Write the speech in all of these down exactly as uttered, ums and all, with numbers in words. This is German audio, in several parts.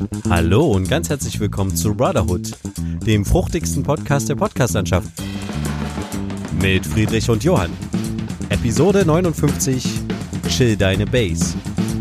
Hallo und ganz herzlich willkommen zu Brotherhood, dem fruchtigsten Podcast der Podcastlandschaft. Mit Friedrich und Johann. Episode neunundfünfzig, Chill deine Base.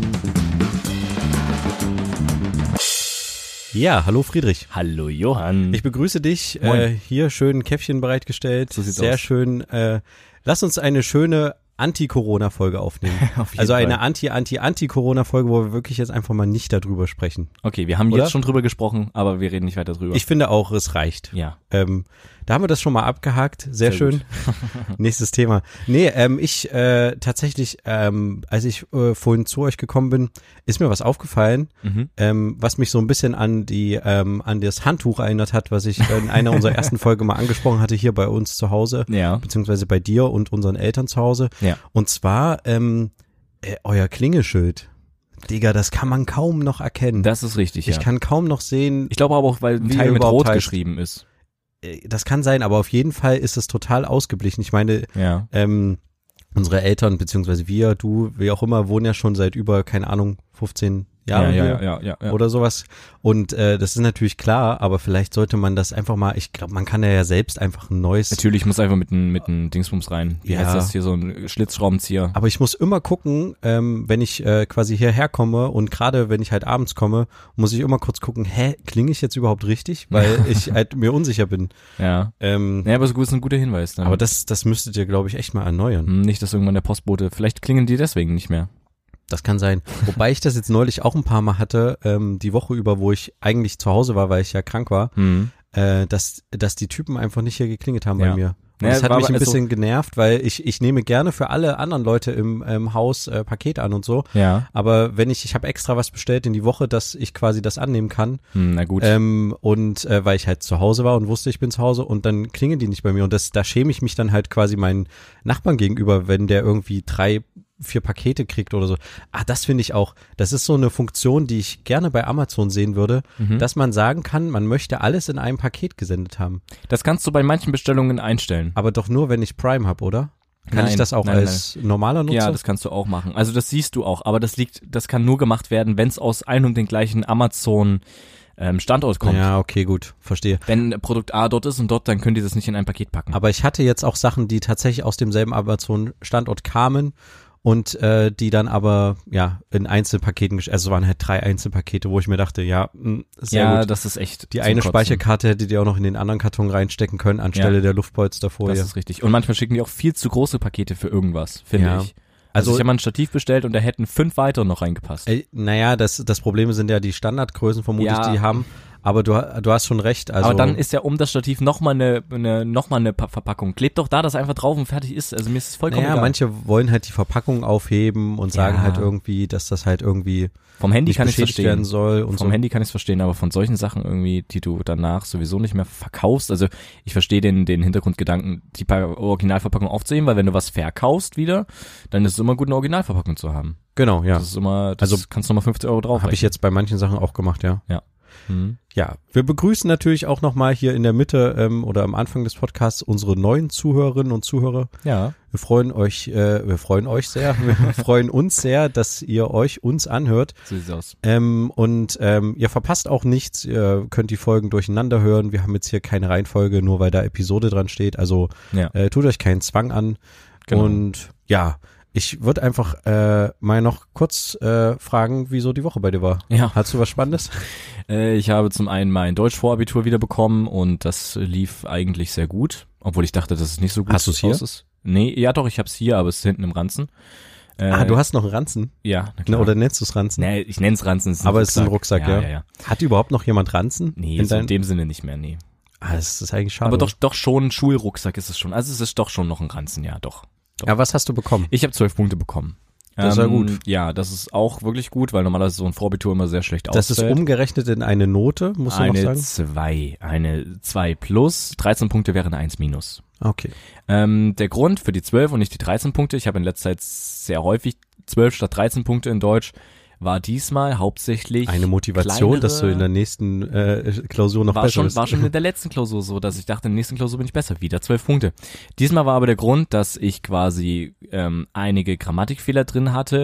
Ja, hallo Friedrich. Hallo Johann. Ich begrüße dich. Äh, hier schön ein Käffchen bereitgestellt. So sieht's Sehr aus. schön. Äh, lass uns eine schöne Anti-Corona-Folge aufnehmen. Auf jeden also eine Fall. Anti-Anti-Anti-Corona-Folge, wo wir wirklich jetzt einfach mal nicht darüber sprechen. Okay, wir haben Oder? jetzt schon drüber gesprochen, aber wir reden nicht weiter drüber. Ich finde auch, es reicht. ja. Ähm, da haben wir das schon mal abgehakt. Sehr, Sehr schön. Nächstes Thema. Nee, ähm, ich äh, tatsächlich, ähm, als ich äh, vorhin zu euch gekommen bin, ist mir was aufgefallen, Mhm. ähm, was mich so ein bisschen an die ähm, an das Handtuch erinnert hat, was ich in einer unserer ersten Folge mal angesprochen hatte, hier bei uns zu Hause, Ja. beziehungsweise bei dir und unseren Eltern zu Hause. Ja. Und zwar ähm, äh, euer Klingelschild. Digga, das kann man kaum noch erkennen. Das ist richtig, ich ja. kann kaum noch sehen, Ich glaube aber auch, weil ein wie Teil er mit überhaupt Rot heißt. geschrieben ist. das kann sein, aber auf jeden Fall ist es total ausgeblichen. Ich meine, Ja. ähm, unsere Eltern, beziehungsweise wir, du, wie auch immer, wohnen ja schon seit über, keine Ahnung, fünfzehn Jahren ja, hier ja, ja, ja, ja. oder sowas. Und äh, das ist natürlich klar, aber vielleicht sollte man das einfach mal, ich glaube, man kann ja, ja selbst einfach ein neues, Natürlich muss einfach mit einem mit einem Dingsbums rein. Wie Ja. heißt das hier, so ein Schlitzschraubenzieher? aber ich muss immer gucken, ähm, wenn ich äh, quasi hierher komme und gerade wenn ich halt abends komme, muss ich immer kurz gucken, hä, klinge ich jetzt überhaupt richtig? Weil ich halt mir unsicher bin. Ja. Ähm, Ja, aber so gut ist ein guter Hinweis. Ne? aber das, das müsstet ihr, glaube ich, echt mal erneuern. Hm, Nicht, dass irgendwann der Postbote, vielleicht klingen die deswegen nicht mehr. Das kann sein. Wobei ich das jetzt neulich auch ein paar Mal hatte, ähm, die Woche über, wo ich eigentlich zu Hause war, weil ich ja krank war, Hm. äh, dass, dass die Typen einfach nicht hier geklingelt haben Ja. bei mir. Und Ja, das hat war mich ein aber- also- bisschen genervt, weil ich, ich nehme gerne für alle anderen Leute im, im Haus äh, Pakete an und so. Ja. Aber wenn ich, ich habe extra was bestellt in die Woche, dass ich quasi das annehmen kann. Hm, na gut. Ähm, und äh, weil ich halt zu Hause war und wusste, ich bin zu Hause und dann klingeln die nicht bei mir. Und das, da schäme ich mich dann halt quasi meinen Nachbarn gegenüber, wenn der irgendwie drei, vier Pakete kriegt oder so. Ah, das finde ich auch, das ist so eine Funktion, die ich gerne bei Amazon sehen würde, Mhm. dass man sagen kann, man möchte alles in einem Paket gesendet haben. Das kannst du bei manchen Bestellungen einstellen. Aber doch nur, wenn ich Prime habe, oder? Kann Nein, ich das auch nein, als normaler Nutzer? Ja, das kannst du auch machen. Also das siehst du auch, aber das liegt, das kann nur gemacht werden, wenn es aus einem und den gleichen Amazon ähm, Standort kommt. Ja, okay, gut, verstehe. Wenn Produkt A dort ist und dort, dann können die das nicht in ein Paket packen. Aber ich hatte jetzt auch Sachen, die tatsächlich aus demselben Amazon-Standort kamen und äh, die dann aber ja in Einzelpaketen, gesch- also es waren halt drei Einzelpakete, wo ich mir dachte, ja, mh, sehr ja, gut. das ist echt Die zum eine Kotzen. Speicherkarte hättet ihr auch noch in den anderen Karton reinstecken können, anstelle Ja. der Luftpolsterfolie. Das ist richtig. Und manchmal schicken die auch viel zu große Pakete für irgendwas, finde Ja. ich. Also, Also- ich habe mal ein Stativ bestellt und da hätten fünf weitere noch reingepasst. Äh, naja, das, das Problem sind ja die Standardgrößen vermutlich, Ja. die die haben. Aber du, du hast schon recht. Also, aber dann ist ja um das Stativ nochmal eine, eine, noch mal eine Pa- Verpackung. Klebt doch da das einfach drauf und fertig ist. Also mir ist es vollkommen naja, egal. manche wollen halt die Verpackung aufheben und sagen Ja. halt irgendwie, dass das halt irgendwie Vom Handy nicht kann ich beschädigt verstehen. werden soll und Vom so. Handy kann ich es verstehen, aber von solchen Sachen irgendwie, die du danach sowieso nicht mehr verkaufst, also ich verstehe den, den Hintergrundgedanken, die Pa- Originalverpackung aufzuheben, weil wenn du was verkaufst wieder, dann ist es immer gut, eine Originalverpackung zu haben. Genau, ja. Das ist immer, das Also, kannst du nochmal fünfzig Euro drauf. Habe ich jetzt bei manchen Sachen auch gemacht, ja. Mhm. Ja, wir begrüßen natürlich auch nochmal hier in der Mitte ähm, oder am Anfang des Podcasts unsere neuen Zuhörerinnen und Zuhörer. Ja. Wir freuen euch, äh, wir freuen euch sehr, wir freuen uns sehr, dass ihr euch uns anhört. So sieht's aus. Ähm, und ähm, ihr verpasst auch nichts, ihr könnt die Folgen durcheinander hören. Wir haben jetzt hier keine Reihenfolge, nur weil da Episode dran steht. Also Ja. äh, tut euch keinen Zwang an. Genau. Und ja, ich würde einfach äh, mal noch kurz äh, fragen, wieso die Woche bei dir war. Ja. Hast du was Spannendes? Äh, ich habe zum einen mein Deutsch-Vorabitur wieder bekommen und das lief eigentlich sehr gut, obwohl ich dachte, dass es nicht so gut Hast du's hier? aus ist. Nee, ja doch, ich hab's hier, aber es ist hinten im Ranzen. Äh, ah, du hast noch einen Ranzen? Ja, na Ne, klar. oder nennst du es Ranzen? Nee, ich nenn's Ranzen. Es ist Aber es ist ein Rucksack, ja. ja. ja, ja. Hat überhaupt noch jemand Ranzen? Nee, in so in dein, dem Sinne nicht mehr, nee. ah, das ist eigentlich schade. Aber doch, doch schon, Schulrucksack ist es schon. Also es ist doch schon noch ein Ranzen, ja, doch. Ja, was hast du bekommen? Ich habe zwölf Punkte bekommen. Das ist ja gut. Ja, das ist auch wirklich gut, weil normalerweise so ein Vorabitur immer sehr schlecht Das ist ausfällt. umgerechnet in eine Note, musst du noch eine sagen? zwei, eine zwei plus, dreizehn Punkte wäre eine eins minus. Okay. Ähm, der Grund für die zwölf und nicht die dreizehn Punkte, ich habe in letzter Zeit sehr häufig zwölf statt dreizehn Punkte in Deutsch, war diesmal hauptsächlich Eine Motivation, kleinere, dass du in der nächsten äh, Klausur noch war besser schon, bist. war schon in der letzten Klausur so, dass ich dachte, in der nächsten Klausur bin ich besser, wieder zwölf Punkte. Diesmal war aber der Grund, dass ich quasi ähm, einige Grammatikfehler drin hatte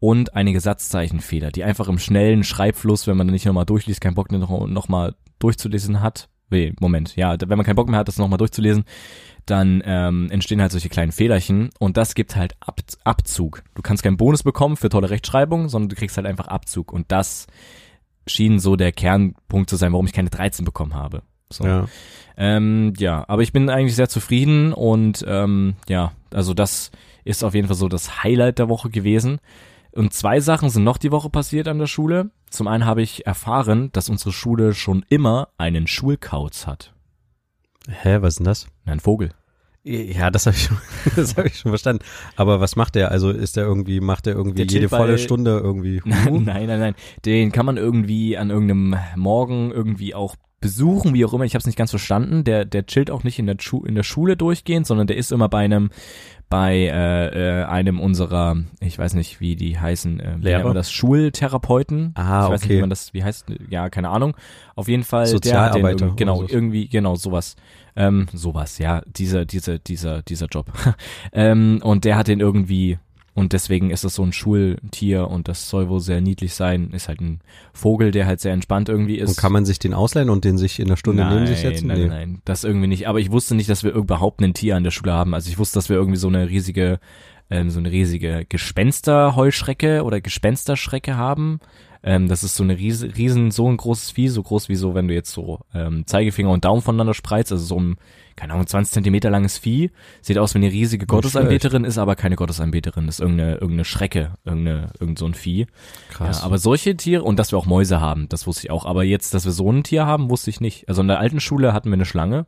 und einige Satzzeichenfehler, die einfach im schnellen Schreibfluss, wenn man nicht nochmal durchliest, keinen Bock noch, noch mal durchzulesen hat, nee, Moment, ja, wenn man keinen Bock mehr hat, das nochmal durchzulesen, dann ähm, entstehen halt solche kleinen Fehlerchen und das gibt halt Ab- Abzug. Du kannst keinen Bonus bekommen für tolle Rechtschreibung, sondern du kriegst halt einfach Abzug und das schien so der Kernpunkt zu sein, warum ich keine dreizehn bekommen habe. So. Ja. Ähm, ja, aber ich bin eigentlich sehr zufrieden und ähm, ja, also das ist auf jeden Fall so das Highlight der Woche gewesen. Und zwei Sachen sind noch die Woche passiert an der Schule. Zum einen habe ich erfahren, dass unsere Schule schon immer einen Schulkauz hat. Hä, was ist denn das? Ein Vogel. Ja, das habe ich, schon- das hab ich schon verstanden. Aber was macht der? Also ist der irgendwie, macht der irgendwie Der jede chillt volle bei- Stunde irgendwie? Nein, nein, nein, nein. Den kann man irgendwie an irgendeinem Morgen irgendwie auch besuchen, wie auch immer. Ich habe es nicht ganz verstanden. Der, der chillt auch nicht in der, Schu- in der Schule durchgehend, sondern der ist immer bei einem, bei äh, äh, einem unserer, ich weiß nicht, wie die heißen, äh, wie Lehrer? nennt man das, Schultherapeuten. Ah, ich weiß nicht, okay. wie man das, wie heißt, ja, keine Ahnung. Auf jeden Fall, der hat den Sozialarbeiter irgendwie, genau, oder so. irgendwie, genau, sowas. Ähm, sowas, ja, dieser, dieser, dieser, dieser Job. ähm, und der hat den irgendwie, und deswegen ist das so ein Schultier und das soll wohl sehr niedlich sein. Ist halt ein Vogel, der halt sehr entspannt irgendwie ist. Und kann man sich den ausleihen und den sich in der Stunde nein, neben sich setzen? Nein, Nee. nein, nein, das irgendwie nicht. Aber ich wusste nicht, dass wir überhaupt ein Tier an der Schule haben. Also ich wusste, dass wir irgendwie so eine riesige, ähm, so eine riesige Gespensterheuschrecke oder Gespensterschrecke haben. Ähm, das ist so eine riesen, riesen, so ein großes Vieh, so groß wie so, wenn du jetzt so ähm, Zeigefinger und Daumen voneinander spreizt, also so ein, keine Ahnung, zwanzig Zentimeter langes Vieh. Sieht aus wie eine riesige Gottesanbeterin, ist aber keine Gottesanbeterin, ist irgendeine, irgendeine Schrecke, irgendeine, irgend so ein Vieh. Krass. Ja, aber solche Tiere, und dass wir auch Mäuse haben, das wusste ich auch. Aber jetzt, dass wir so ein Tier haben, wusste ich nicht. Also in der alten Schule hatten wir eine Schlange.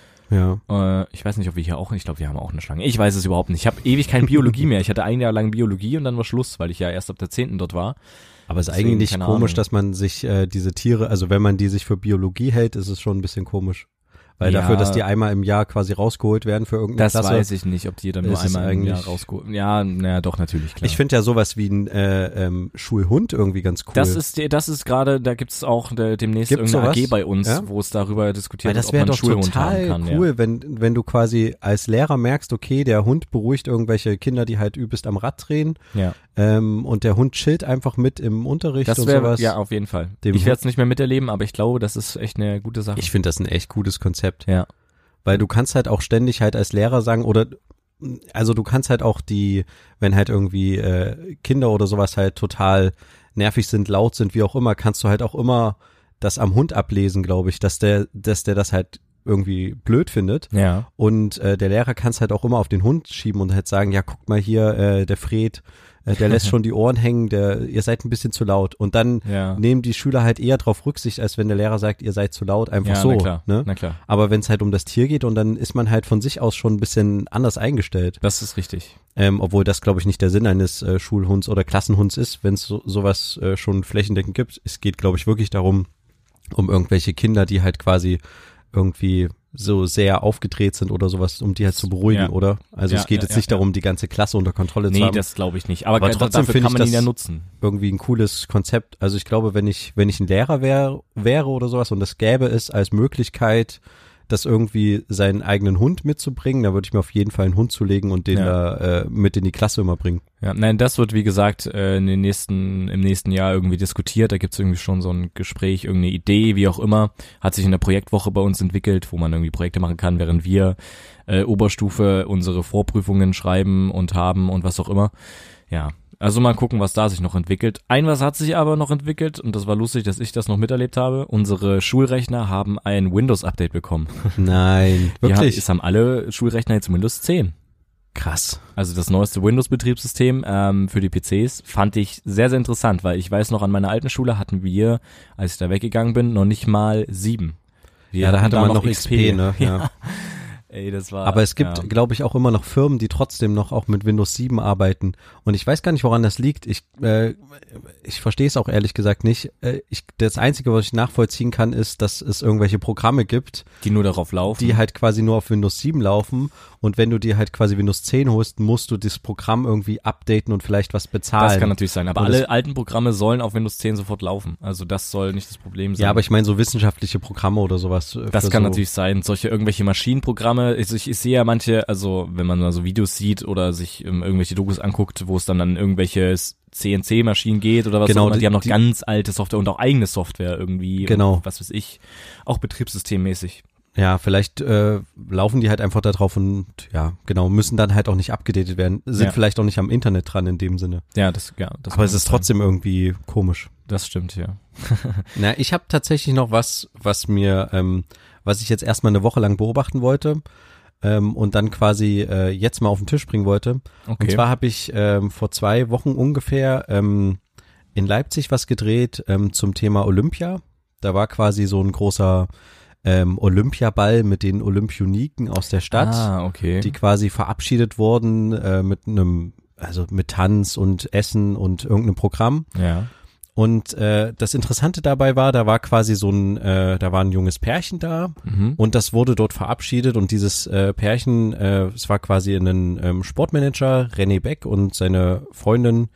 Ja. Äh, ich weiß nicht, ob wir hier auch, ich glaube, wir haben auch eine Schlange. Ich weiß es überhaupt nicht. Ich habe ewig keine Biologie mehr. Ich hatte ein Jahr lang Biologie und dann war Schluss, weil ich ja erst ab der zehnten dort war. Aber es ist Deswegen, eigentlich keine komisch, Ahnung. dass man sich äh, diese Tiere, also wenn man die sich für Biologie hält, ist es schon ein bisschen komisch. Weil Ja. dafür, dass die einmal im Jahr quasi rausgeholt werden für irgendeine Das Klasse. weiß ich nicht, ob die dann nur ist es einmal im Jahr eigentlich- rausgeholt. Ja, naja, doch, natürlich, klar. Ich finde ja sowas wie ein äh, ähm, Schulhund irgendwie ganz cool. Das ist, die- das ist gerade, da gibt's auch der, demnächst Gibt's irgendeine sowas? A G bei uns, Ja? wo es darüber diskutiert Weil wird, das ob wäre man einen doch Schulhund total haben kann. cool, Ja. wenn wenn du quasi als Lehrer merkst, okay, der Hund beruhigt irgendwelche Kinder, die halt übelst am Rad drehen, Ja. ähm, und der Hund chillt einfach mit im Unterricht Das und wäre, sowas. ja, auf jeden Fall. Dem Ich Hund- werde es nicht mehr miterleben, aber ich glaube, das ist echt eine gute Sache. Ich finde das ein echt gutes Konzept. ja. Weil du kannst halt auch ständig halt als Lehrer sagen, oder also du kannst halt auch die, wenn halt irgendwie äh, Kinder oder sowas halt total nervig sind, laut sind, wie auch immer, kannst du halt auch immer das am Hund ablesen, glaube ich, dass der, dass der das halt irgendwie blöd findet. Ja. Und äh, der Lehrer kann es halt auch immer auf den Hund schieben und halt sagen, ja, guck mal hier, äh, der Fred, äh, der lässt schon die Ohren hängen, der, ihr seid ein bisschen zu laut. Und dann Ja. nehmen die Schüler halt eher drauf Rücksicht, als wenn der Lehrer sagt, ihr seid zu laut, einfach Ja, so. na klar, Ne? na klar. Aber wenn es halt um das Tier geht und dann ist man halt von sich aus schon ein bisschen anders eingestellt. Das ist richtig. Ähm, obwohl das, glaube ich, nicht der Sinn eines äh, Schulhunds oder Klassenhunds ist, wenn es so, sowas äh, schon flächendeckend gibt. Es geht, glaube ich, wirklich darum, um irgendwelche Kinder, die halt quasi irgendwie so sehr aufgedreht sind oder sowas, um die halt zu beruhigen, Ja. oder? Also Ja, es geht ja, jetzt ja, nicht darum, die ganze Klasse unter Kontrolle zu Nee, haben. das glaube ich nicht. Aber, Aber g- trotzdem dafür finde kann ich man ihn das- ja nutzen. Irgendwie ein cooles Konzept. Also ich glaube, wenn ich, wenn ich ein Lehrer wär, wäre oder sowas und es gäbe es als Möglichkeit, das irgendwie seinen eigenen Hund mitzubringen, da würde ich mir auf jeden Fall einen Hund zulegen und den Ja. da äh, mit in die Klasse immer bringen. Ja, nein, das wird wie gesagt äh, in den nächsten, im nächsten Jahr irgendwie diskutiert. Da gibt's irgendwie schon so ein Gespräch, irgendeine Idee, wie auch immer. Hat sich in der Projektwoche bei uns entwickelt, wo man irgendwie Projekte machen kann, während wir äh, Oberstufe unsere Vorprüfungen schreiben und haben und was auch immer. Ja, also mal gucken, was da sich noch entwickelt. Ein was hat sich aber noch entwickelt und das war lustig, dass ich das noch miterlebt habe. Unsere Schulrechner haben ein Windows-Update bekommen. Nein, Wir haben, wirklich? es haben alle Schulrechner jetzt Windows zehn. Krass. Also das neueste Windows-Betriebssystem ähm, für die P Cs fand ich sehr, sehr interessant, weil ich weiß noch, an meiner alten Schule hatten wir, als ich da weggegangen bin, noch nicht mal sieben. Wir Ja, da hatten hatte man noch X P, ne? Ja. Ey, das war. Aber es gibt, ja. glaube ich, auch immer noch Firmen, die trotzdem noch auch mit Windows sieben arbeiten. Und ich weiß gar nicht, woran das liegt. Ich, äh, ich verstehe es auch ehrlich gesagt nicht. Äh, ich, das Einzige, was ich nachvollziehen kann, ist, dass es irgendwelche Programme gibt, die nur darauf laufen. die halt quasi nur auf Windows sieben laufen. Und wenn du dir halt quasi Windows zehn holst, musst du das Programm irgendwie updaten und vielleicht was bezahlen. Das kann natürlich sein, aber Und alle das- alten Programme sollen auf Windows zehn sofort laufen. Also das soll nicht das Problem sein. Ja, aber ich meine so wissenschaftliche Programme oder sowas. äh, Das für kann so, natürlich sein. Solche irgendwelche Maschinenprogramme. Also ich, ich sehe ja manche, also wenn man mal so Videos sieht oder sich ähm, irgendwelche Dokus anguckt, wo es dann an irgendwelche C N C-Maschinen geht oder was Genau, auch immer. Die, die- haben noch die- ganz alte Software und auch eigene Software irgendwie. Genau. Und was weiß ich. Auch betriebssystemmäßig. Ja, vielleicht äh, laufen die halt einfach da drauf und ja, genau, müssen dann halt auch nicht abgedatet werden, sind Ja. vielleicht auch nicht am Internet dran in dem Sinne. Ja, das, ja. Das Aber muss es ist sein. trotzdem irgendwie komisch. Das stimmt, ja. Na, ich habe tatsächlich noch was, was mir, ähm, was ich jetzt erstmal eine Woche lang beobachten wollte ähm, und dann quasi äh, jetzt mal auf den Tisch bringen wollte. Okay. Und zwar habe ich ähm, vor zwei Wochen ungefähr ähm, in Leipzig was gedreht ähm, zum Thema Olympia. Da war quasi so ein großer ähm, Olympiaball mit den Olympioniken aus der Stadt, Ah, okay. die quasi verabschiedet wurden äh, mit einem, also mit Tanz und Essen und irgendeinem Programm. ja. Und äh, das Interessante dabei war, da war quasi so ein, äh, da war ein junges Pärchen da Mhm. und das wurde dort verabschiedet und dieses äh, Pärchen, äh, es war quasi ein ähm, Sportmanager, René Beck und seine Freundin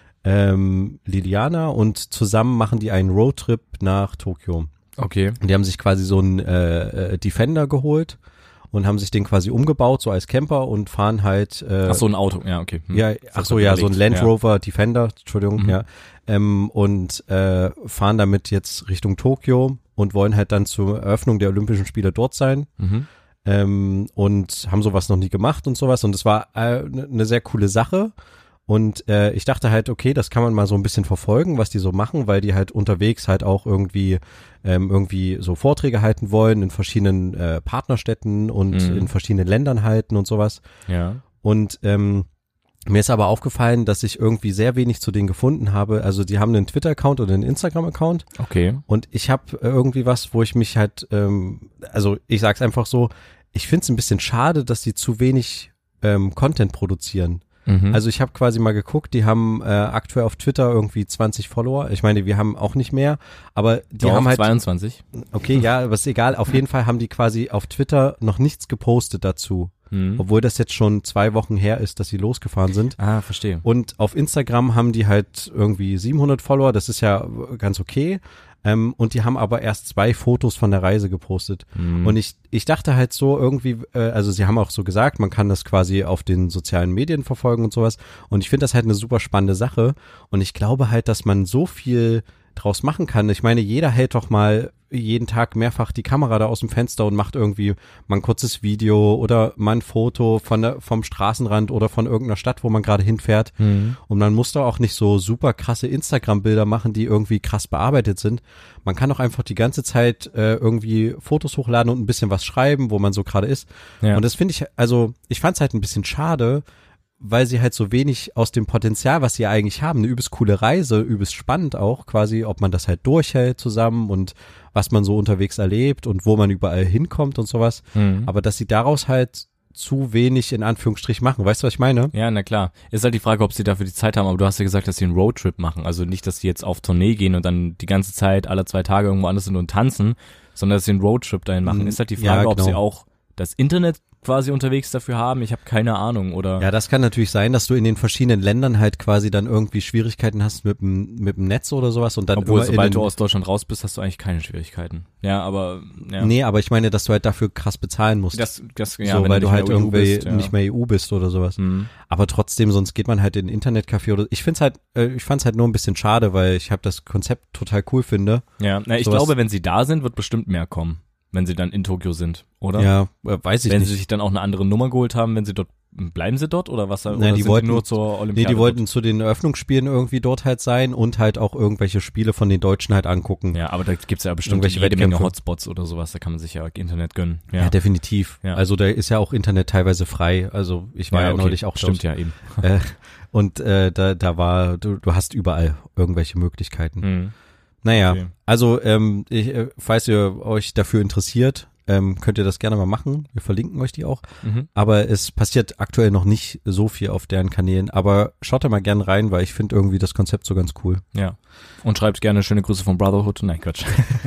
ähm, Liliana und zusammen machen die einen Roadtrip nach Tokio. Okay. Und die haben sich quasi so einen äh, äh, Defender geholt und haben sich den quasi umgebaut, so als Camper und fahren halt äh, Ach so, ein Auto. Ja, okay. Hm. ja, ach so, ja, so ein Land Ja. Rover Defender, Entschuldigung, Mhm. ja, ähm, und äh, fahren damit jetzt Richtung Tokio und wollen halt dann zur Eröffnung der Olympischen Spiele dort sein Mhm. ähm, und haben sowas noch nie gemacht und sowas und es war äh, ne ne sehr coole Sache und äh, ich dachte halt, okay, das kann man mal so ein bisschen verfolgen, was die so machen, weil die halt unterwegs halt auch irgendwie ähm, irgendwie so Vorträge halten wollen in verschiedenen äh, Partnerstädten und Mhm. in verschiedenen Ländern halten und sowas. Ja. Und ähm, mir ist aber aufgefallen, dass ich irgendwie sehr wenig zu denen gefunden habe. Also die haben einen Twitter-Account oder einen Instagram-Account Okay. und ich habe irgendwie was, wo ich mich halt, ähm, also ich sag's einfach so, ich find's ein bisschen schade, dass die zu wenig ähm, Content produzieren. Mhm. Also ich habe quasi mal geguckt, die haben äh, aktuell auf Twitter irgendwie zwanzig Follower. Ich meine, wir haben auch nicht mehr, aber die Doch, haben halt, zweiundzwanzig. okay, ja, aber ist egal. Auf jeden Fall haben die quasi auf Twitter noch nichts gepostet dazu. Mhm. Obwohl das jetzt schon zwei Wochen her ist, dass sie losgefahren sind. Ah, verstehe. Und auf Instagram haben die halt irgendwie siebenhundert Follower, das ist ja ganz okay. Ähm, und die haben aber erst zwei Fotos von der Reise gepostet. Mhm. Und ich, ich dachte halt so irgendwie, äh, also sie haben auch so gesagt, man kann das quasi auf den sozialen Medien verfolgen und sowas. Und ich finde das halt eine super spannende Sache. Und ich glaube halt, dass man so viel draus machen kann. Ich meine, jeder hält doch mal jeden Tag mehrfach die Kamera da aus dem Fenster und macht irgendwie mal ein kurzes Video oder mal ein Foto von der, vom Straßenrand oder von irgendeiner Stadt, wo man gerade hinfährt. Mhm. Und man muss da auch nicht so super krasse Instagram-Bilder machen, die irgendwie krass bearbeitet sind. Man kann auch einfach die ganze Zeit äh, irgendwie Fotos hochladen und ein bisschen was schreiben, wo man so gerade ist. Ja. Und das finde ich, also ich fand es halt ein bisschen schade, weil sie halt so wenig aus dem Potenzial, was sie eigentlich haben, eine übelst coole Reise, übelst spannend auch quasi, ob man das halt durchhält zusammen und was man so unterwegs erlebt und wo man überall hinkommt und sowas. Mhm. Aber dass sie daraus halt zu wenig in Anführungsstrich machen. Weißt du, was ich meine? Ja, na klar. Ist halt die Frage, ob sie dafür die Zeit haben, aber du hast ja gesagt, dass sie einen Roadtrip machen. Also nicht, dass sie jetzt auf Tournee gehen und dann die ganze Zeit alle zwei Tage irgendwo anders sind und tanzen, sondern dass sie einen Roadtrip dahin machen. Mhm. Ist halt die Ja, Frage, ob genau. sie auch das Internet quasi unterwegs dafür haben. Ich habe keine Ahnung, oder? Ja, das kann natürlich sein, dass du in den verschiedenen Ländern halt quasi dann irgendwie Schwierigkeiten hast mit dem, mit dem Netz oder sowas und dann Obwohl, immer in sobald den, du aus Deutschland raus bist, hast du eigentlich keine Schwierigkeiten. Ja, aber, ja. Nee, aber ich meine, dass du halt dafür krass bezahlen musst. Das, das, ja, so, wenn weil du du nicht halt mehr E U irgendwie bist, ja. nicht mehr E U bist oder sowas. Mhm. Aber trotzdem, sonst geht man halt in ein Internetcafé oder ich find's halt, äh, ich fand's halt nur ein bisschen schade, weil ich habe das Konzept total cool finde. Ja, na, ich Sowas- glaube, wenn sie da sind, wird bestimmt mehr kommen, wenn sie dann in Tokio sind, oder? Ja, äh, weiß ich wenn nicht. sie sich dann auch eine andere Nummer geholt haben, wenn sie dort, bleiben sie dort oder was? Oder Nein, die sind wollten- sie nur zur Nee, Olympiade die wollten zu den Eröffnungsspielen irgendwie dort halt sein und halt auch irgendwelche Spiele von den Deutschen halt angucken. dort? Ja, aber da gibt's ja bestimmt Irgendwelche jede Menge Wettkämpfe. Hotspots oder sowas, da kann man sich ja Internet gönnen. Ja, Ja, definitiv. Ja. Also da ist ja auch Internet teilweise frei. Also ich war ja, okay. neulich auch Stimmt, dort. ja, eben. Äh, und äh, da, da war, du, du hast überall irgendwelche Möglichkeiten. Mhm. Naja, Okay. also ähm, ich, äh, falls ihr euch dafür interessiert, ähm, könnt ihr das gerne mal machen. Wir verlinken euch die auch. Mhm. Aber es passiert aktuell noch nicht so viel auf deren Kanälen. Aber schaut da mal gern rein, weil ich finde irgendwie das Konzept so ganz cool. Ja. Und schreibt gerne schöne Grüße von Brotherhood. Nein, Quatsch.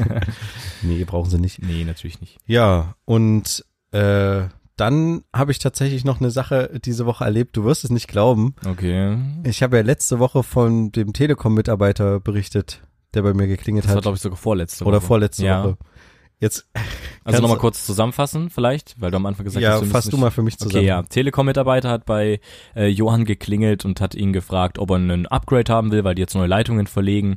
Nee, brauchen sie nicht. Nee, natürlich nicht. Ja, und äh, dann habe ich tatsächlich noch eine Sache diese Woche erlebt. Du wirst es nicht glauben. Okay. Ich habe ja letzte Woche von dem Telekom-Mitarbeiter berichtet, der bei mir geklingelt Das war, hat. glaube ich, sogar vorletzte Woche. Oder vorletzte ja. Woche. jetzt. Also nochmal kurz zusammenfassen vielleicht, weil du am Anfang gesagt ja, hast, du fass du mal für mich zusammen. Okay, ja. Telekom-Mitarbeiter hat bei äh, Johann geklingelt und hat ihn gefragt, ob er einen Upgrade haben will, weil die jetzt neue Leitungen verlegen.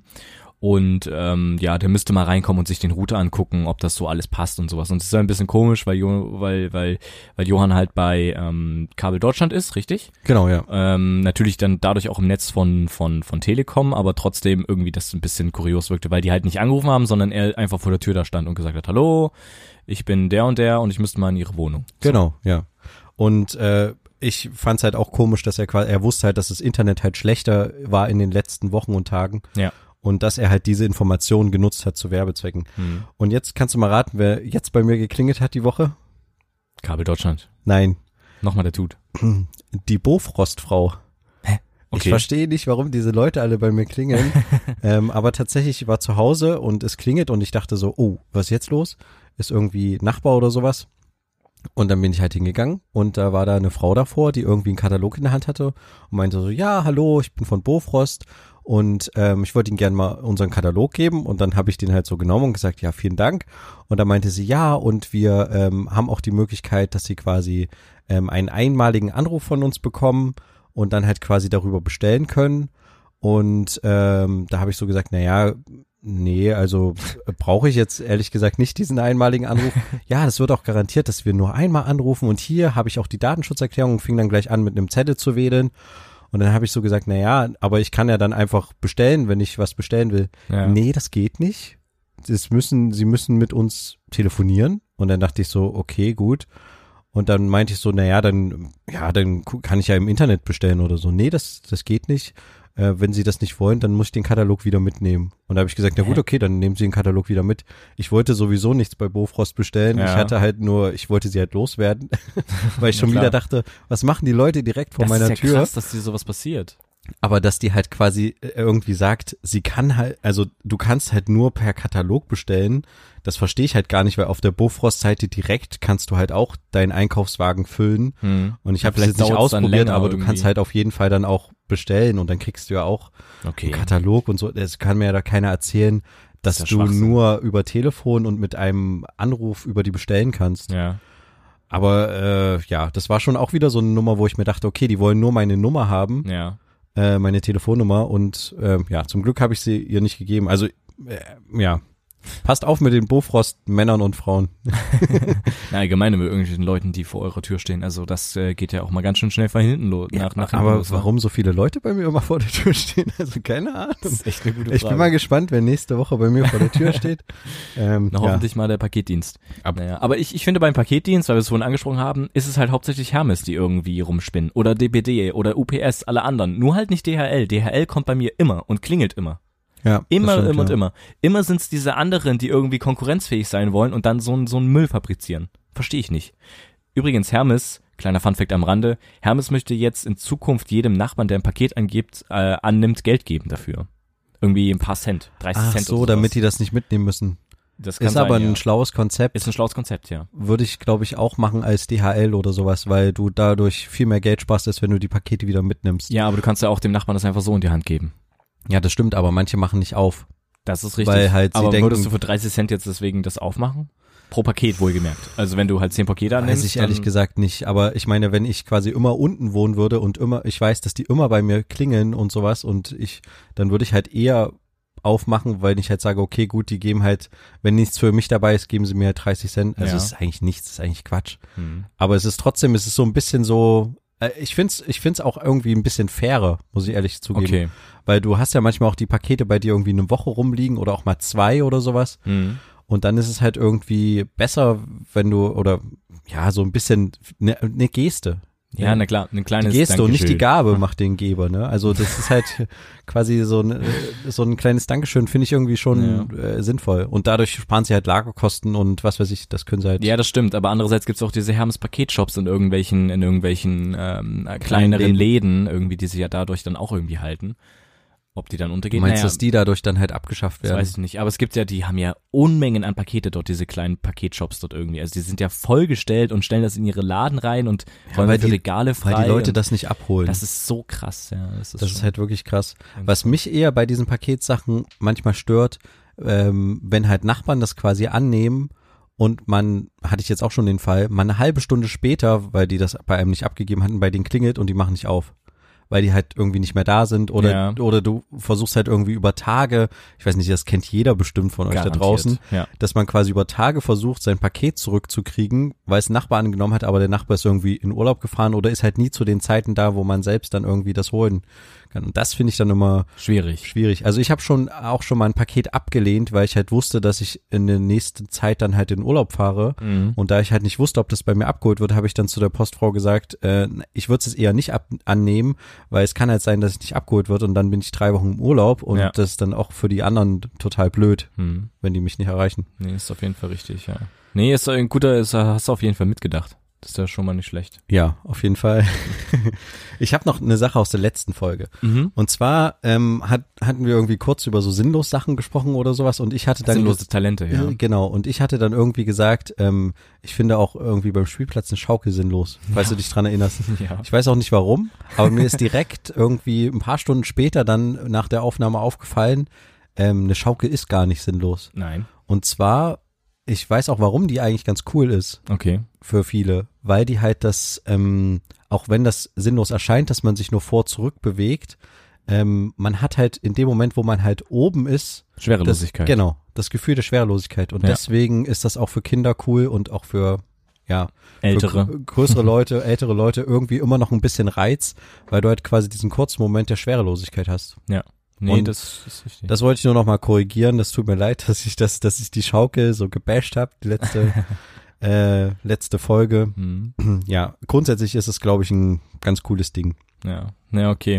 Und ähm, ja, der müsste mal reinkommen und sich den Router angucken, ob das so alles passt und sowas. Und es ist ein bisschen komisch, weil jo- weil weil weil Johann halt bei ähm, Kabel Deutschland ist, richtig? Genau, ja. Ähm, natürlich dann dadurch auch im Netz von von von Telekom, aber trotzdem irgendwie das ein bisschen kurios wirkte, weil die halt nicht angerufen haben, sondern er einfach vor der Tür da stand und gesagt hat, hallo, ich bin der und der und ich müsste mal in ihre Wohnung. So. Genau, ja. Und äh, ich fand's halt auch komisch, dass er quasi, er wusste halt, dass das Internet halt schlechter war in den letzten Wochen und Tagen. Ja. Und dass er halt diese Informationen genutzt hat zu Werbezwecken. Hm. Und jetzt kannst du mal raten, wer jetzt bei mir geklingelt hat die Woche? Kabel Deutschland. Nein, Nochmal der Tut. die Bofrostfrau. Okay. Ich verstehe nicht, warum diese Leute alle bei mir klingeln. ähm, aber tatsächlich, ich war zu Hause und es klingelt und ich dachte so, oh, was ist jetzt los? Ist irgendwie Nachbar oder sowas? Und dann bin ich halt hingegangen und da war da eine Frau davor, die irgendwie einen Katalog in der Hand hatte und meinte so, ja, hallo, ich bin von Bofrost und ähm, ich wollte Ihnen gerne mal unseren Katalog geben und dann habe ich den halt so genommen und gesagt, ja, vielen Dank. Und dann meinte sie, ja, und wir ähm, haben auch die Möglichkeit, dass Sie quasi ähm, einen einmaligen Anruf von uns bekommen und dann halt quasi darüber bestellen können. Und ähm, da habe ich so gesagt, na ja, nee, also brauche ich jetzt ehrlich gesagt nicht diesen einmaligen Anruf. Ja, das wird auch garantiert, dass wir nur einmal anrufen und hier habe ich auch die Datenschutzerklärung und fing dann gleich an mit einem Zettel zu wedeln. Und dann habe ich so gesagt, na ja, aber ich kann ja dann einfach bestellen, wenn ich was bestellen will. Ja. Nee, das geht nicht. Das müssen, Sie müssen mit uns telefonieren. Und dann dachte ich so, okay, gut. Und dann meinte ich so, na ja, dann, ja, dann kann ich ja im Internet bestellen oder so. Nee, das, das geht nicht. Äh, wenn Sie das nicht wollen, dann muss ich den Katalog wieder mitnehmen. Und da habe ich gesagt, na gut, okay, dann nehmen Sie den Katalog wieder mit. Ich wollte sowieso nichts bei Bofrost bestellen. Ja. Ich hatte halt nur, ich wollte sie halt loswerden, weil ich schon klar. wieder dachte, was machen die Leute direkt vor das meiner ist ja Tür? krass, dass dir sowas passiert. Aber dass die halt quasi irgendwie sagt, sie kann halt, also du kannst halt nur per Katalog bestellen, das verstehe ich halt gar nicht, weil auf der Bofrost-Seite direkt kannst du halt auch deinen Einkaufswagen füllen. Hm. Und ich habe das Vielleicht jetzt nicht dauert's dann ausprobiert, länger aber du irgendwie. kannst halt auf jeden Fall dann auch bestellen und dann kriegst du ja auch Okay. einen Katalog und so. Das kann mir ja da keiner erzählen, dass Das ist ja du Schwachsinn. nur über Telefon und mit einem Anruf über die bestellen kannst. Ja. Aber äh, ja, das war schon auch wieder so eine Nummer, wo ich mir dachte, okay, die wollen nur meine Nummer haben. Ja. Äh, meine Telefonnummer und äh, ja, zum Glück habe ich sie ihr nicht gegeben. Also äh, ja, passt auf mit den Bofrost-Männern und Frauen. Na, allgemein mit irgendwelchen Leuten, die vor eurer Tür stehen. Also das äh, geht ja auch mal ganz schön schnell von hinten los. Ja, nach, nach hinten aber los, ne? warum so viele Leute bei mir immer vor der Tür stehen? Also keine Ahnung. Das ist echt eine gute Ich Frage. bin mal gespannt, wer nächste Woche bei mir vor der Tür steht. Ähm, Na, ja. hoffentlich mal der Paketdienst. Ab- naja, aber ich, ich finde beim Paketdienst, weil wir es vorhin angesprochen haben, ist es halt hauptsächlich Hermes, die irgendwie rumspinnen. Oder D P D oder U P S, alle anderen. Nur halt nicht D H L. D H L kommt bei mir immer und klingelt immer. Ja, das Immer, stimmt, immer und ja. immer. Immer sind es diese anderen, die irgendwie konkurrenzfähig sein wollen und dann so einen so einen Müll fabrizieren. Verstehe ich nicht. Übrigens, Hermes, kleiner Funfact am Rande, Hermes möchte jetzt in Zukunft jedem Nachbarn, der ein Paket angibt, äh, annimmt, Geld geben dafür. Irgendwie ein paar Cent, dreißig Ach Cent so, oder sowas. damit die das nicht mitnehmen müssen. Das kann Ist sein, aber ja. ein schlaues Konzept. Ist ein schlaues Konzept, ja. Würde ich, glaube ich, auch machen als D H L oder sowas, weil du dadurch viel mehr Geld sparst, als wenn du die Pakete wieder mitnimmst. Ja, aber du kannst ja auch dem Nachbarn das einfach so in die Hand geben. Ja, das stimmt, aber manche machen nicht auf. Das ist richtig. Weil halt sie aber denken- würdest du für dreißig Cent jetzt deswegen das aufmachen? Pro Paket wohlgemerkt. Also wenn du halt zehn Pakete annimmst. Weiß ich ehrlich dann, gesagt nicht, aber ich meine, wenn ich quasi immer unten wohnen würde und immer, ich weiß, dass die immer bei mir klingeln und sowas und ich, dann würde ich halt eher aufmachen, weil ich halt sage, okay, gut, die geben halt, wenn nichts für mich dabei ist, geben sie mir halt dreißig Cent. Also Ja. es ist eigentlich nichts, es ist eigentlich Quatsch. Hm. Aber es ist trotzdem, es ist so ein bisschen so, äh, ich find's, ich find's auch irgendwie ein bisschen fairer, muss ich ehrlich zugeben. Okay. Weil du hast ja manchmal auch die Pakete bei dir irgendwie eine Woche rumliegen oder auch mal zwei oder sowas. Hm. Und dann ist es halt irgendwie besser, wenn du, oder ja, so ein bisschen eine ne Geste. Ja, na klar, ein Die kleines Geste und nicht die Dankeschön. Gabe macht den Geber, ne? Also das ist halt quasi so ein, so ein kleines Dankeschön, finde ich irgendwie schon äh, sinnvoll. Und dadurch sparen sie halt Lagerkosten und was weiß ich, das können sie halt. Ja, das stimmt, aber andererseits gibt's auch diese Hermes-Paketshops in irgendwelchen, in irgendwelchen ähm, kleineren Läden. Läden, irgendwie, die sich ja dadurch dann auch irgendwie halten. Ob die dann Du untergehen? meinst, Naja, dass die dadurch dann halt abgeschafft das werden? weiß ich nicht. Aber es gibt ja, die haben ja Unmengen an Pakete dort, diese kleinen Paketshops dort irgendwie. Also die sind ja vollgestellt und stellen das in ihre Laden rein und räumen weil dafür die- Regale frei. Weil die Leute und das nicht abholen. das ist so krass, ja. Das ist, Das ist schon- halt wirklich krass. Was mich eher bei diesen Paketsachen manchmal stört, ähm, wenn halt Nachbarn das quasi annehmen und man, hatte ich jetzt auch schon den Fall, man eine halbe Stunde später, weil die das bei einem nicht abgegeben hatten, bei denen klingelt und die machen nicht auf. Weil die halt irgendwie nicht mehr da sind oder Ja. oder du versuchst halt irgendwie über Tage, ich weiß nicht, das kennt jeder bestimmt von euch Garantiert, da draußen, ja. dass man quasi über Tage versucht, sein Paket zurückzukriegen, weil es ein Nachbar angenommen hat, aber der Nachbar ist irgendwie in Urlaub gefahren oder ist halt nie zu den Zeiten da, wo man selbst dann irgendwie das holen kann. Und das finde ich dann immer Schwierig. schwierig. Also ich habe schon auch schon mal ein Paket abgelehnt, weil ich halt wusste, dass ich in der nächsten Zeit dann halt in Urlaub fahre. Mhm. Und da ich halt nicht wusste, ob das bei mir abgeholt wird, habe ich dann zu der Postfrau gesagt, äh, ich würde es eher nicht ab annehmen, weil es kann halt sein, dass es nicht abgeholt wird und dann bin ich drei Wochen im Urlaub und Ja. das ist dann auch für die anderen total blöd, Mhm. wenn die mich nicht erreichen. Nee, ist auf jeden Fall richtig, ja. Nee, ist ein guter, ist, hast du auf jeden Fall mitgedacht. Das ist ja schon mal nicht schlecht. Ja, auf jeden Fall. Ich habe noch eine Sache aus der letzten Folge. Mhm. Und zwar ähm, hat, hatten wir irgendwie kurz über so sinnlos Sachen gesprochen oder sowas und ich hatte dann Sinnlose Talente, ja. Äh, Genau, und ich hatte dann irgendwie gesagt, ähm, ich finde auch irgendwie beim Spielplatz eine Schaukel sinnlos, falls Ja. du dich dran erinnerst. Ja. Ich weiß auch nicht warum, aber mir ist direkt irgendwie ein paar Stunden später dann nach der Aufnahme aufgefallen, ähm, eine Schaukel ist gar nicht sinnlos. Nein. Und zwar, ich weiß auch, warum die eigentlich ganz cool ist Okay. für viele, weil die halt das, ähm, auch wenn das sinnlos erscheint, dass man sich nur vor zurück bewegt, ähm, man hat halt in dem Moment, wo man halt oben ist, Schwerelosigkeit. das, genau, das Gefühl der Schwerelosigkeit. Und Ja. deswegen ist das auch für Kinder cool und auch für, ja, Ältere. für gr- größere Leute, ältere Leute irgendwie immer noch ein bisschen Reiz, weil du halt quasi diesen kurzen Moment der Schwerelosigkeit hast. Ja. Nee, Und das ist richtig. Das wollte ich nur noch mal korrigieren. Das tut mir leid, dass ich das, dass ich die Schaukel so gebasht habe, die letzte, äh, letzte Folge. Mhm. Ja, grundsätzlich ist es, glaube ich, ein ganz cooles Ding. Ja, ja, okay.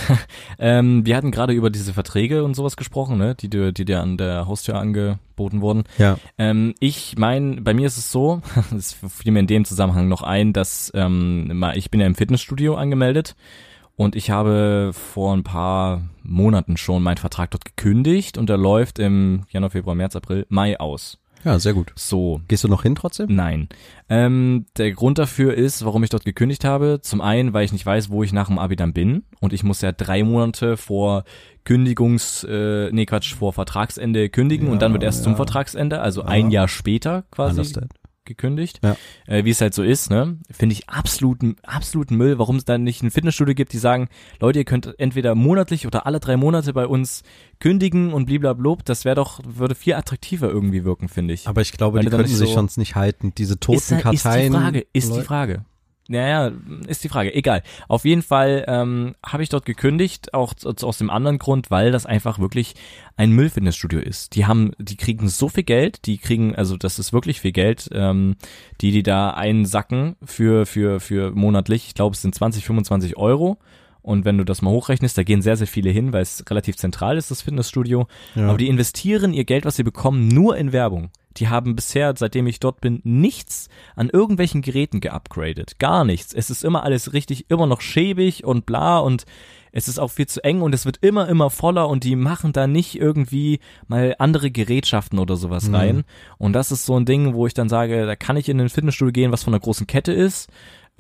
ähm, wir hatten gerade über diese Verträge und sowas gesprochen, ne, die dir, die dir an der Haustür angeboten wurden. Ja. Ähm, ich mein, bei mir ist es so, es fiel mir in dem Zusammenhang noch ein, dass ähm, mal- ich bin ja im Fitnessstudio angemeldet und ich habe vor ein paar Monaten schon meinen Vertrag dort gekündigt und der läuft im Januar, Februar, März, April, Mai aus. Ja, sehr gut. So. Gehst du noch hin trotzdem? Nein. Ähm, der Grund dafür ist, warum ich dort gekündigt habe. Zum einen, weil ich nicht weiß, wo ich nach dem Abi dann bin. Und ich muss ja drei Monate vor Kündigungs, äh, nee Quatsch, vor Vertragsende kündigen Ja, und dann wird erst ja. zum Vertragsende, also Ja. ein Jahr später quasi Understand. gekündigt. Ja. Äh, wie es halt so ist, ne? Finde ich absoluten, absoluten Müll, warum es dann nicht ein Fitnessstudio gibt, die sagen, Leute, ihr könnt entweder monatlich oder alle drei Monate bei uns kündigen und bliblablub. Das wäre doch, würde viel attraktiver irgendwie wirken, finde ich. Aber ich glaube, Weil die du dann könnten nicht sich so- sonst nicht halten. Diese toten ist, halt- Karteien. Ist die Frage, ist die Leute- Frage. Naja, ist die Frage. Egal. Auf jeden Fall ähm, habe ich dort gekündigt, auch z- aus dem anderen Grund, weil das einfach wirklich ein Müllfitnessstudio ist. Die haben, die kriegen so viel Geld, die kriegen, also das ist wirklich viel Geld, ähm, die die da einsacken für für für monatlich. Ich glaube, es sind zwanzig, fünfundzwanzig Euro. Und wenn du das mal hochrechnest, da gehen sehr, sehr viele hin, weil es relativ zentral ist, das Fitnessstudio. Ja. Aber die investieren ihr Geld, was sie bekommen, nur in Werbung. Die haben bisher, seitdem ich dort bin, nichts an irgendwelchen Geräten geupgradet. Gar nichts. Es ist immer alles richtig, immer noch schäbig und bla und es ist auch viel zu eng und es wird immer, immer voller und die machen da nicht irgendwie mal andere Gerätschaften oder sowas Mhm. rein. Und das ist so ein Ding, wo ich dann sage, da kann ich in ein Fitnessstudio gehen, was von einer großen Kette ist.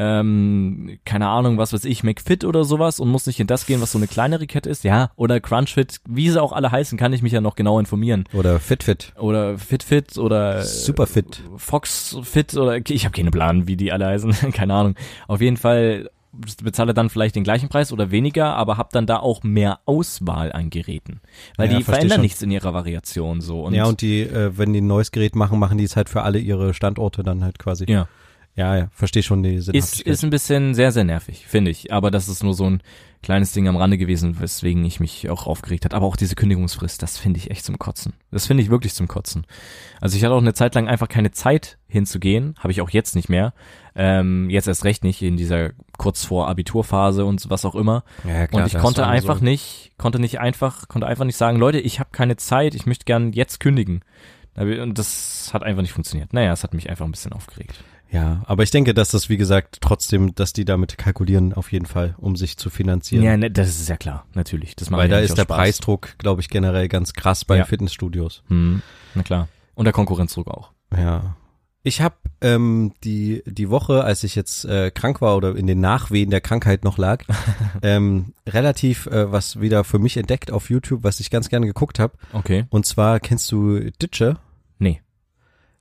Ähm, keine Ahnung, was weiß ich, McFit oder sowas und muss nicht in das gehen, was so eine kleinere Kette ist, ja, oder Crunchfit, wie sie auch alle heißen, kann ich mich ja noch genau informieren. Oder FitFit. Oder FitFit oder Superfit. Foxfit oder ich habe keine Plan, wie die alle heißen, keine Ahnung. Auf jeden Fall bezahle dann vielleicht den gleichen Preis oder weniger, aber hab dann da auch mehr Auswahl an Geräten, weil Ja, die versteh verändern schon. nichts in ihrer Variation so und ja, und die, äh, wenn die ein neues Gerät machen, machen die es halt für alle ihre Standorte dann halt quasi. ja. Ja, ja, verstehe schon die Ist, Sinnhaftigkeit. ist ein bisschen sehr, sehr nervig, finde ich. Aber das ist nur so ein kleines Ding am Rande gewesen, weswegen ich mich auch aufgeregt hat. Aber auch diese Kündigungsfrist, das finde ich echt zum Kotzen. Das finde ich wirklich zum Kotzen. Also ich hatte auch eine Zeit lang einfach keine Zeit hinzugehen, habe ich auch jetzt nicht mehr. Ähm, jetzt erst recht nicht in dieser kurz vor Abiturphase und was auch immer. Ja, klar, und ich da hast konnte du einfach so- nicht, konnte nicht einfach, konnte einfach nicht sagen, Leute, ich habe keine Zeit, ich möchte gern jetzt kündigen. Und das hat einfach nicht funktioniert. Naja, es hat mich einfach ein bisschen aufgeregt. Ja, aber ich denke, dass das, wie gesagt, trotzdem, dass die damit kalkulieren, auf jeden Fall, um sich zu finanzieren. Ja, ne, das ist ja klar, natürlich. Das macht Weil ja da nicht ist aus der Spaß. Preisdruck, glaube ich, generell ganz krass bei Ja. Fitnessstudios. Hm, na klar. Und der Konkurrenzdruck auch. Ja. Ich habe ähm, die die Woche, als ich jetzt äh, krank war oder in den Nachwehen der Krankheit noch lag, ähm, relativ äh, was wieder für mich entdeckt auf YouTube, was ich ganz gerne geguckt habe. Okay. Und zwar kennst du Ditsche? Nee.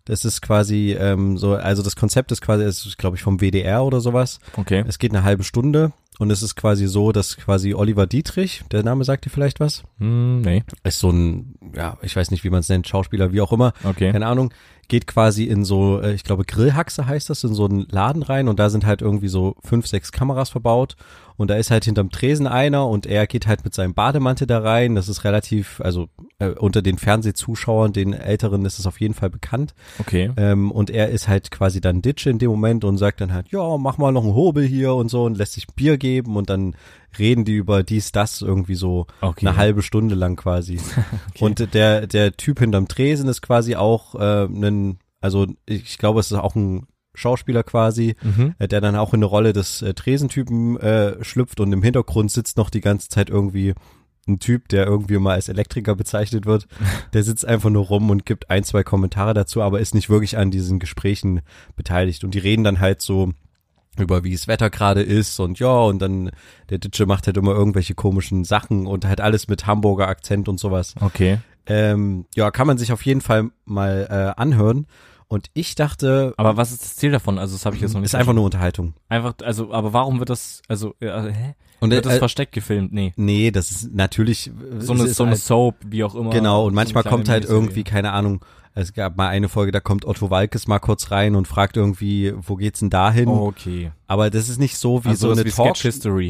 Das ist quasi ähm, so, also das Konzept ist quasi, es ist glaube ich vom W D R oder sowas. Okay. Es geht eine halbe Stunde und es ist quasi so, dass quasi Oliver Dietrich, der Name sagt dir vielleicht was? Hm, nee. Ist so ein, ja, ich weiß nicht, wie man es nennt, Schauspieler, wie auch immer. Okay. Keine Ahnung. Geht quasi in so, äh, ich glaube Grillhaxe heißt das, in so einen Laden rein und da sind halt irgendwie so fünf, sechs Kameras verbaut und da ist halt hinterm Tresen einer und er geht halt mit seinem Bademantel da rein. Das ist relativ, also äh, unter den Fernsehzuschauern, den Älteren ist es auf jeden Fall bekannt. Okay. Ähm, und er ist halt quasi dann Ditsche in dem Moment und sagt dann halt, ja, mach mal noch einen Hobel hier und so und lässt sich Bier geben und dann reden die über dies, das irgendwie so Okay. eine halbe Stunde lang quasi. Okay. Und der der Typ hinterm Tresen ist quasi auch äh, ein, also ich glaube, es ist auch ein Schauspieler quasi, Mhm. äh, der dann auch in eine Rolle des äh, Tresentypen äh, schlüpft und im Hintergrund sitzt noch die ganze Zeit irgendwie ein Typ, der irgendwie mal als Elektriker bezeichnet wird. Der sitzt einfach nur rum und gibt ein, zwei Kommentare dazu, aber ist nicht wirklich an diesen Gesprächen beteiligt. Und die reden dann halt so über wie das Wetter gerade ist und ja, und dann der Ditsche macht halt immer irgendwelche komischen Sachen und halt alles mit Hamburger Akzent und sowas. Okay. Ähm, ja, kann man sich auf jeden Fall mal äh, anhören. Und ich dachte, Aber was ist das Ziel davon? Also das habe ich jetzt noch nicht ist einfach nur Unterhaltung. Einfach, also, aber warum wird das, also, äh, also hä? Und Wird das äh, versteckt gefilmt? Nee. nee, das ist natürlich So eine, es ist so eine halt, Soap, wie auch immer. genau, und So manchmal eine kleine kommt halt Miniserie. irgendwie, keine Ahnung, es gab mal eine Folge, da kommt Otto Walkes mal kurz rein und fragt irgendwie, wo geht's denn da hin? Oh, okay. Aber das ist nicht so wie Also so das eine wie Talk. Sketch History.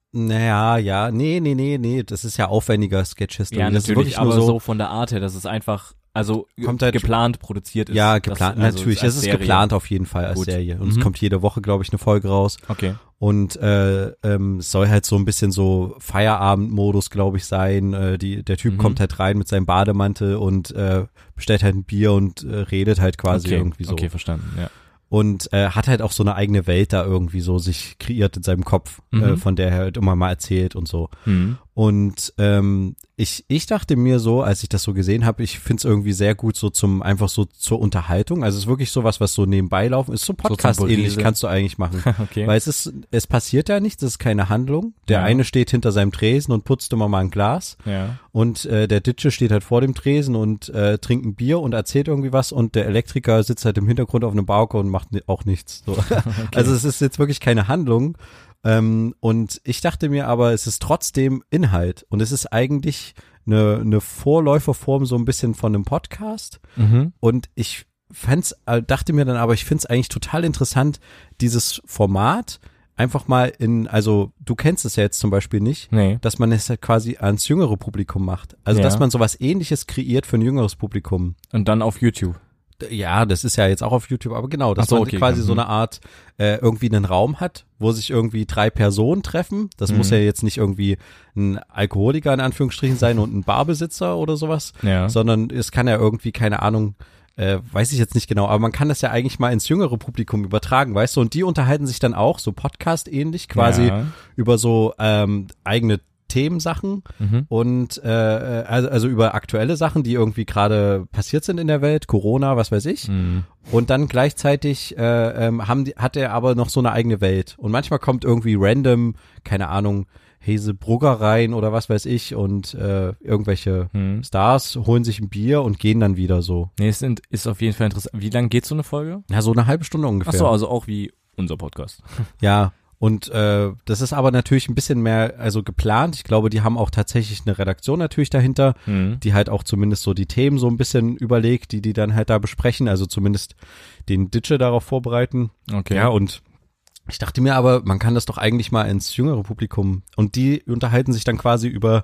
Naja, ja, nee, nee, nee, nee, das ist ja aufwendiger Sketch History. Ja, das ist natürlich, wirklich nur aber so, so, von der Art her, dass es einfach, also Kommt halt- geplant produziert ist. ja, geplant, Das, also natürlich, als es ist Serie. geplant auf jeden Fall als Gut. Serie. Und Mhm. es kommt jede Woche, glaube ich, eine Folge raus. Okay. Und äh, ähm, es soll halt so ein bisschen so Feierabendmodus, glaube ich, sein. Äh, die, der Typ Mhm. kommt halt rein mit seinem Bademantel und äh, bestellt halt ein Bier und äh, redet halt quasi okay. irgendwie so. Okay, verstanden, ja. Und äh, hat halt auch so eine eigene Welt da irgendwie so sich kreiert in seinem Kopf, Mhm. äh, von der er halt immer mal erzählt und so. Mhm. Und ähm, ich, ich dachte mir so, als ich das so gesehen habe, ich find's irgendwie sehr gut so zum, einfach so zur Unterhaltung. Also es ist wirklich sowas, was so nebenbei laufen ist. So Podcast ähnlich Berieseln. kannst du eigentlich machen. Okay. Weil es ist, es passiert ja nichts, es ist keine Handlung. Der Ja. eine steht hinter seinem Tresen und putzt immer mal ein Glas. Ja. Und äh, der Ditsche steht halt vor dem Tresen und äh, trinkt ein Bier und erzählt irgendwie was. Und der Elektriker sitzt halt im Hintergrund auf einem Balkon und macht ni- auch nichts. So. Also es ist jetzt wirklich keine Handlung. Ähm, und ich dachte mir aber, es ist trotzdem Inhalt. Und es ist eigentlich eine, eine Vorläuferform so ein bisschen von einem Podcast. Mhm. Und ich fand's, äh, dachte mir dann aber, ich find's eigentlich total interessant, dieses Format einfach mal in, also du kennst es ja jetzt zum Beispiel nicht, Nee. dass man es halt quasi ans jüngere Publikum macht. Also Ja. dass man sowas Ähnliches kreiert für ein jüngeres Publikum. Und dann auf YouTube. Ja, das ist ja jetzt auch auf YouTube, aber genau, dass Ach so, man okay, quasi klar. so eine Art äh, irgendwie einen Raum hat, wo sich irgendwie drei Personen treffen. Das Mhm. muss ja jetzt nicht irgendwie ein Alkoholiker in Anführungsstrichen sein und ein Barbesitzer oder sowas, Ja. sondern es kann ja irgendwie, keine Ahnung, äh, weiß ich jetzt nicht genau, aber man kann das ja eigentlich mal ins jüngere Publikum übertragen, weißt du, und die unterhalten sich dann auch so Podcast-ähnlich quasi Ja. über so ähm, eigene Themensachen Mhm. und äh, also, also über aktuelle Sachen, die irgendwie gerade passiert sind in der Welt, Corona, was weiß ich. Mhm. Und dann gleichzeitig äh, ähm, haben die, hat er aber noch so eine eigene Welt. Und manchmal kommt irgendwie random, keine Ahnung, Hese Brugger rein oder was weiß ich und äh, irgendwelche Mhm. Stars holen sich ein Bier und gehen dann wieder so. Nee, es sind, ist auf jeden Fall interessant. Wie lang geht so eine Folge? Ja, so eine halbe Stunde ungefähr. Ach so, also auch wie unser Podcast. Ja, und äh, das ist aber natürlich ein bisschen mehr also geplant. Ich glaube, die haben auch tatsächlich eine Redaktion natürlich dahinter, Mhm. die halt auch zumindest so die Themen so ein bisschen überlegt, die die dann halt da besprechen, also zumindest den Ditsche darauf vorbereiten. Okay. Ja, und ich dachte mir aber, man kann das doch eigentlich mal ins jüngere Publikum und die unterhalten sich dann quasi über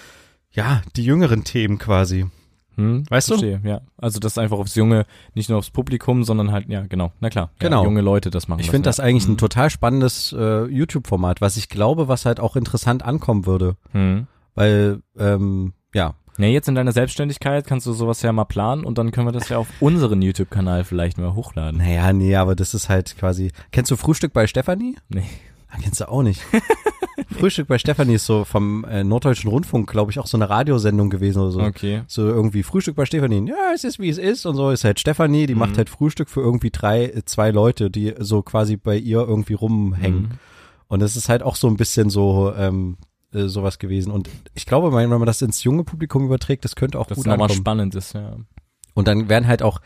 ja, die jüngeren Themen quasi. Hm, Weißt du? verstehe, ja. Also das einfach aufs Junge, nicht nur aufs Publikum, sondern halt, ja, genau, na klar. Ja, Genau. junge Leute das machen. Ich finde das eigentlich ja. ein total spannendes äh, YouTube-Format, was ich glaube, was halt auch interessant ankommen würde, Hm. weil ähm, ja, Ja, jetzt in deiner Selbstständigkeit kannst du sowas ja mal planen und dann können wir das ja auf unseren YouTube-Kanal vielleicht mal hochladen. naja, nee, aber das ist halt quasi, kennst du Frühstück bei Stefanie? Nee. Ah, kennst du auch nicht. Frühstück bei Stefanie ist so vom äh, Norddeutschen Rundfunk, glaube ich, auch so eine Radiosendung gewesen oder so. Okay. So irgendwie Frühstück bei Stefanie. Ja, es ist wie es ist und so ist halt Stefanie, die Mhm. macht halt Frühstück für irgendwie drei, äh, zwei Leute, die so quasi bei ihr irgendwie rumhängen. Mhm. Und es ist halt auch so ein bisschen so ähm, äh, sowas gewesen. Und ich glaube, wenn man das ins junge Publikum überträgt, das könnte auch Das gut nochmal ankommen. spannend ist, ja. Und dann werden halt auch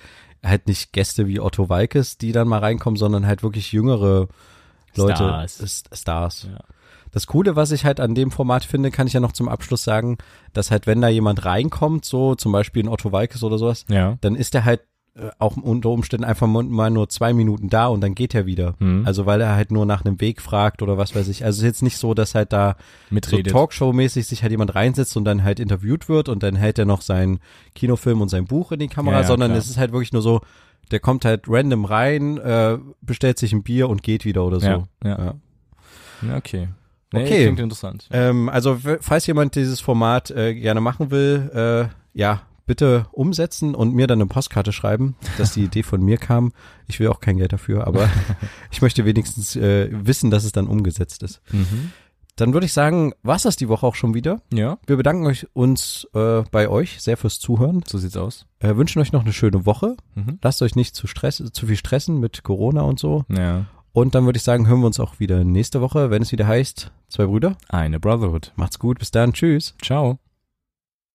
halt nicht Gäste wie Otto Walkes, die dann mal reinkommen, sondern halt wirklich jüngere Leute. Stars. S- Stars. Ja. Das Coole, was ich halt an dem Format finde, kann ich ja noch zum Abschluss sagen, dass halt, wenn da jemand reinkommt, so zum Beispiel ein Otto Walkes oder sowas, Ja. dann ist er halt äh, auch unter Umständen einfach mal nur zwei Minuten da und dann geht er wieder. Mhm. Also weil er halt nur nach einem Weg fragt oder was weiß ich. Also es ist jetzt nicht so, dass halt da so Mitredet. Talkshow-mäßig sich halt jemand reinsetzt und dann halt interviewt wird und dann hält er noch seinen Kinofilm und sein Buch in die Kamera, Ja, ja, sondern klar. es ist halt wirklich nur so, der kommt halt random rein, äh, bestellt sich ein Bier und geht wieder oder so. Ja, ja. Ja. Ja, okay. Nee, Okay. klingt interessant. Ähm, also w- falls jemand dieses Format äh, gerne machen will, äh, ja, bitte umsetzen und mir dann eine Postkarte schreiben, dass die Idee von mir kam. Ich will auch kein Geld dafür, aber ich möchte wenigstens äh, wissen, dass es dann umgesetzt ist. Mhm. Dann würde ich sagen, war's das die Woche auch schon wieder. Ja, Wir bedanken euch uns äh, bei euch sehr fürs Zuhören. so sieht's aus. Äh, wünschen euch noch eine schöne Woche. Mhm. Lasst euch nicht zu Stress, zu viel stressen mit Corona und so. Ja. Und dann würde ich sagen, hören wir uns auch wieder nächste Woche, wenn es wieder heißt, zwei Brüder. Eine Brotherhood. Macht's gut, bis dann, tschüss. Ciao.